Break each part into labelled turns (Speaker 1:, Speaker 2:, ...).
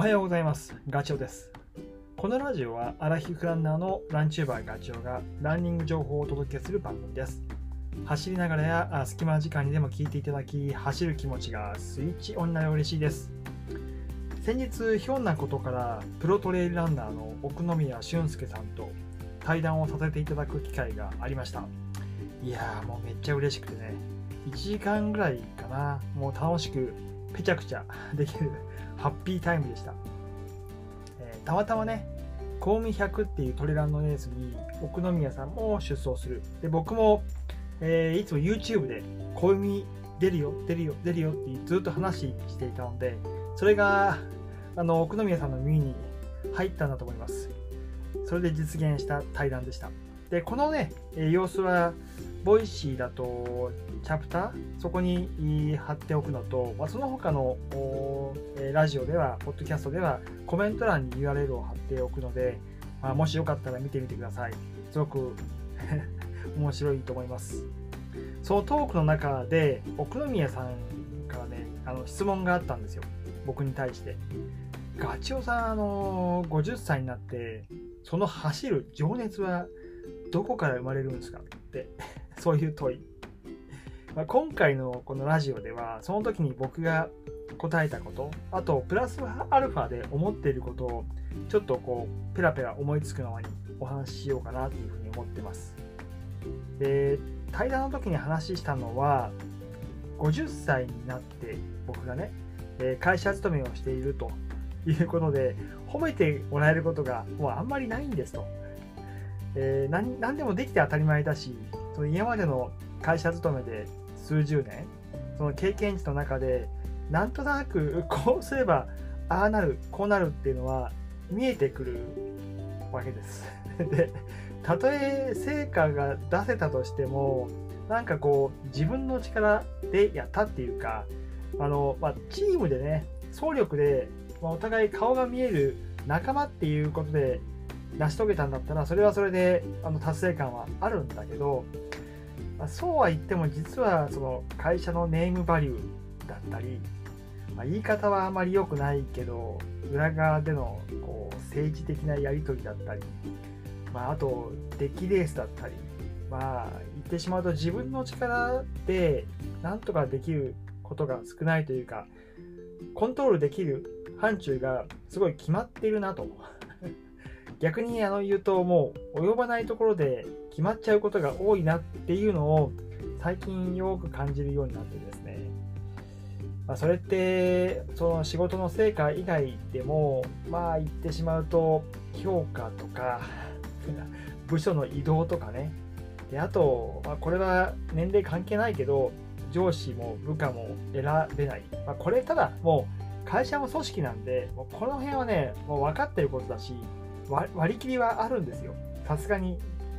Speaker 1: はようございます。ガチョウです。このラジオはアラヒフランナーのランチューバーガチョウがランニング情報をお届けする番組です。走りながらや隙間時間にでも聞いていただき、走る気持ちがスイッチオンになる嬉しいです。先日、ひょんなことからプロトレイルランナーの奥宮俊介さんと対談をさせていただく機会がありました。いやーもうめっちゃ嬉しくてね、1時間ぐらいかな、もう楽しくぺちゃくちゃできるハッピータイムでした。たまたまね、小海100っていうトレランのレースに奥宮さんも出走する。で、僕も、いつも YouTube で小海出るよってずっと話していたので、それが奥宮さんの耳に入ったんだと思います。それで実現した対談でした。で、このね、様子はボイシーだとチャプターそこに貼っておくのと、その他のラジオではポッドキャストではコメント欄に URL を貼っておくので、もしよかったら見てみてください。すごく面白いと思います。そのトークの中で奥宮さんからね、質問があったんですよ、僕に対して。ガチョウさん50歳になってその走る情熱はどこから生まれるんですかってそういう問い。今回のこのラジオではその時に僕が答えたこと、あとプラスアルファで思っていることをちょっとこうペラペラ思いつくままにお話ししようかなというふうに思ってます。で、対談の時に話したのは50歳になって僕がね、会社勤めをしているということで褒めてもらえることがもうあんまりないんですと。何でもできて当たり前だし、その今までの会社勤めで数十年、その経験値の中でなんとなくこうすればああなるこうなるっていうのは見えてくるわけですで、たとえ成果が出せたとしてもなんかこう自分の力でやったっていうか、チームでね、総力で、お互い顔が見える仲間っていうことで成し遂げたんだったらそれはそれで達成感はあるんだけど、そうは言っても実はその会社のネームバリューだったり、言い方はあまり良くないけど裏側でのこう政治的なやり取りだったり、あと出来レースだったり、言ってしまうと自分の力でなんとかできることが少ないというか、コントロールできる範疇がすごい決まっているなと逆に言うともう及ばないところで決まっちゃうことが多いなっていうのを最近よく感じるようになってですね、それってその仕事の成果以外でも言ってしまうと評価とか部署の移動とかね、であと、これは年齢関係ないけど上司も部下も選べない、これただもう会社も組織なんでもうこの辺はねもう分かってることだし割り切りはあるんですよ。さすがに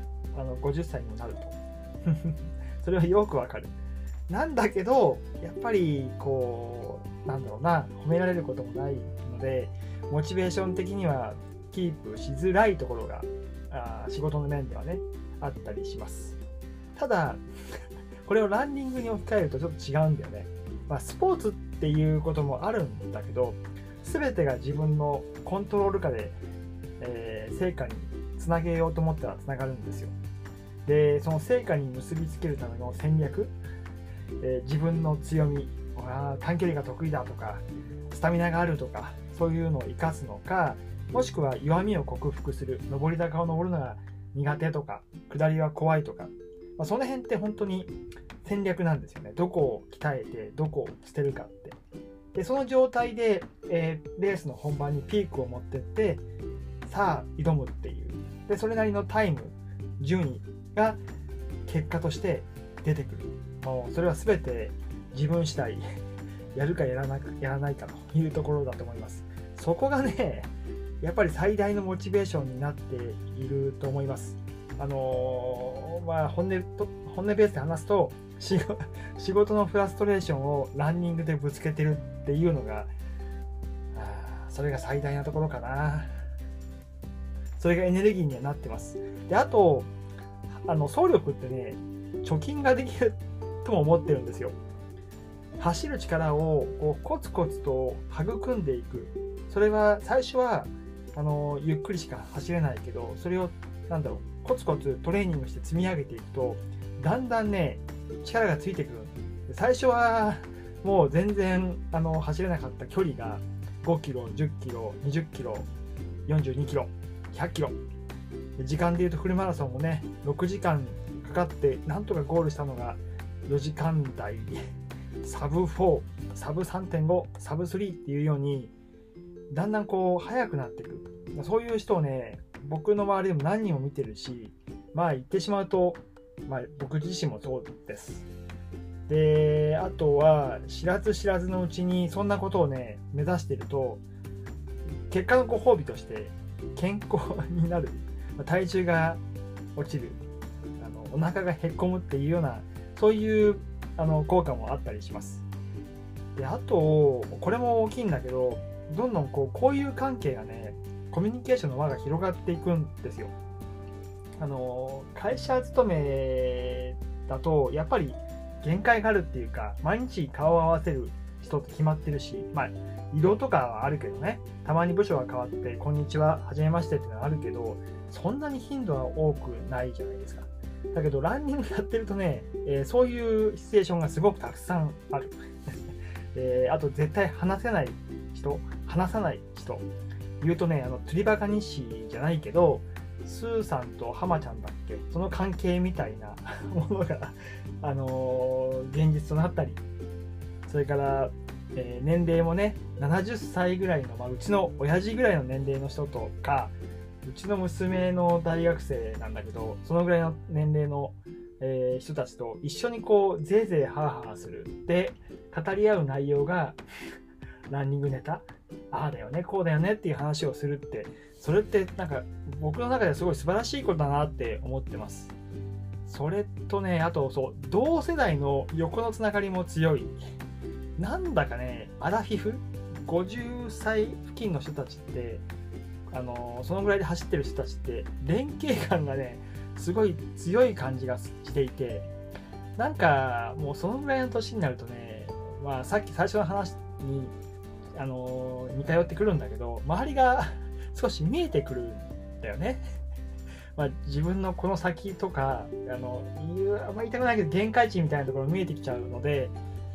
Speaker 1: 50歳にもなるとそれはよくわかる。なんだけどやっぱりこう褒められることもないのでモチベーション的にはキープしづらいところが仕事の面ではねあったりします。ただこれをランニングに置き換えるとちょっと違うんだよね。スポーツっていうこともあるんだけど全てが自分のコントロール下で成果につなげようと思ったらつながるんですよ。で、その成果に結びつけるための戦略、自分の強み、短距離が得意だとかスタミナがあるとかそういうのを生かすのか、もしくは弱みを克服する、上り坂を登るのが苦手とか下りは怖いとか、その辺って本当に戦略なんですよね。どこを鍛えてどこを捨てるかって。でその状態で、レースの本番にピークを持ってってさあ挑むっていう。でそれなりのタイム順位が結果として出てくる。もうそれは全て自分次第やるかやらないかというところだと思います。そこがねやっぱり最大のモチベーションになっていると思います。本音ベースで話すと仕事のフラストレーションをランニングでぶつけてるっていうのがそれが最大なところかな。それがエネルギーにはなってます。であと走力ってね貯金ができるとも思ってるんですよ。走る力をこうコツコツと育んでいく、 それは最初はゆっくりしか走れないけど、それをコツコツトレーニングして積み上げていくと、だんだんね力がついてくる。最初はもう全然走れなかった距離が5キロ、10キロ、20キロ、42キロ、100キロ。時間でいうとフルマラソンもね、6時間かかってなんとかゴールしたのが4時間台、サブ4、サブ 3.5、サブ3っていうように、だんだんこう速くなっていく。そういう人をね、僕の周りでも何人も見てるし、まあ言ってしまうと、僕自身もそうです。で、あとは知らず知らずのうちにそんなことをね目指していると、結果のご褒美として健康になる、体重が落ちる、お腹がへこむっていうような、そういう効果もあったりします。で、あとこれも大きいんだけど、どんどん交友関係がね、コミュニケーションの輪が広がっていくんですよ。会社勤めだとやっぱり限界があるっていうか、毎日顔を合わせる人って決まってるし、移動とかはあるけどね、たまに部署が変わってこんにちは、はじめましてっていうのはあるけど、そんなに頻度は多くないじゃないですか。だけどランニングやってるとね、そういうシチュエーションがすごくたくさんある。あと絶対話せない人、話さない人言うとね、釣りバカ日誌じゃないけど、スーさんとハマちゃんだっけ、その関係みたいなものが現実となったり、それから、年齢もね70歳ぐらいの、うちの親父ぐらいの年齢の人とか、うちの娘の大学生なんだけど、そのぐらいの年齢の、人たちと一緒にぜいぜいハーハーするで語り合う内容がランニングネタ、ああだよねこうだよねっていう話をするって、それって僕の中ではすごい素晴らしいことだなって思ってます。それとね、あと同世代の横のつながりも強い。なんだかね、アラフィフ50歳付近の人たちって、そのぐらいで走ってる人たちって連携感がねすごい強い感じがしていて、もうそのぐらいの年になるとね、さっき最初の話に似通ってくるんだけど、周りが少し見えてくるんだよね。自分のこの先とかあんまり言いたくないけど限界値みたいなところ見えてきちゃうので、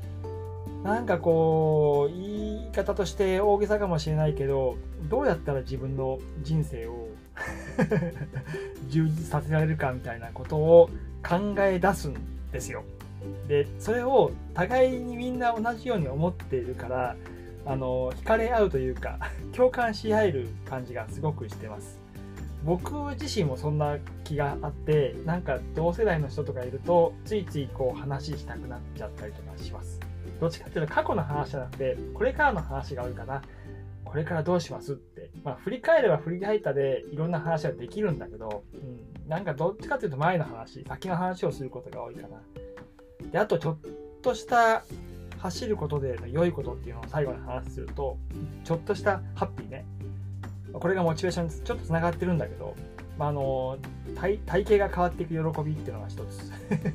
Speaker 1: 言い方として大げさかもしれないけど、どうやったら自分の人生を充実させられるかみたいなことを考え出すんですよ。で、それを互いにみんな同じように思っているから、惹かれ合うというか共感し合える感じがすごくしてます。僕自身もそんな気があって、同世代の人とかいるとついつい話したくなっちゃったりとかします。どっちかっていうと過去の話じゃなくて、これからの話が多いかな。これからどうしますって、振り返れば振り返ったでいろんな話はできるんだけど、どっちかっていうと前の話、先の話をすることが多いかな。で、あとちょっとした走ることでの良いことっていうのを最後に話すると、ちょっとしたハッピーね、これがモチベーションにちょっとつながってるんだけど、体型が変わっていく喜びっていうのが一つ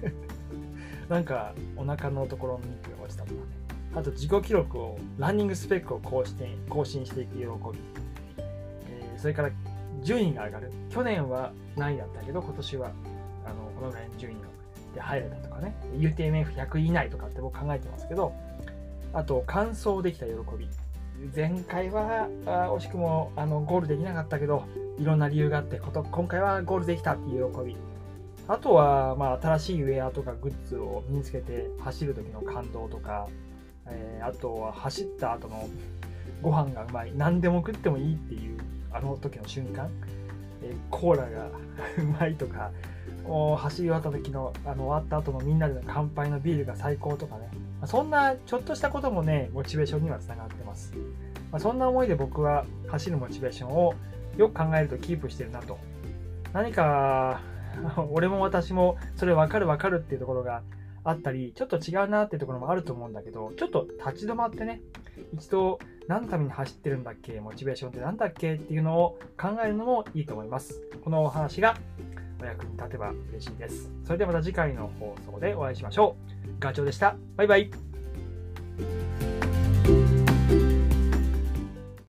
Speaker 1: お腹のところの肉が落ちたとかね、あと自己記録を、ランニングスペックを更新していく喜び、それから順位が上がる。去年は何位だったけど今年はこのぐらいの順位で入れたとかね、 UTMF100 位以内とかって僕考えてますけど、あと完走できた喜び、前回は惜しくもゴールできなかったけど、いろんな理由があって今回はゴールできたっていう喜び、あとは新しいウェアとかグッズを身につけて走る時の感動とか、あとは走った後のご飯がうまい、何でも食ってもいいっていう時の瞬間、コーラがうまいとか、走り終わった時の終わった後のみんなでの乾杯のビールが最高とかね、そんなちょっとしたこともねモチベーションにはつながってます。そんな思いで僕は走るモチベーションをよく考えるとキープしてるなと。何か俺も私もそれ分かるっていうところがあったり、ちょっと違うなっていうところもあると思うんだけど、ちょっと立ち止まってね、一度何のために走ってるんだっけ、モチベーションって何だっけっていうのを考えるのもいいと思います。このお話がお役に立てば嬉しいです。それではまた次回の放送でお会いしましょう。ガチョウでした。バイバイ。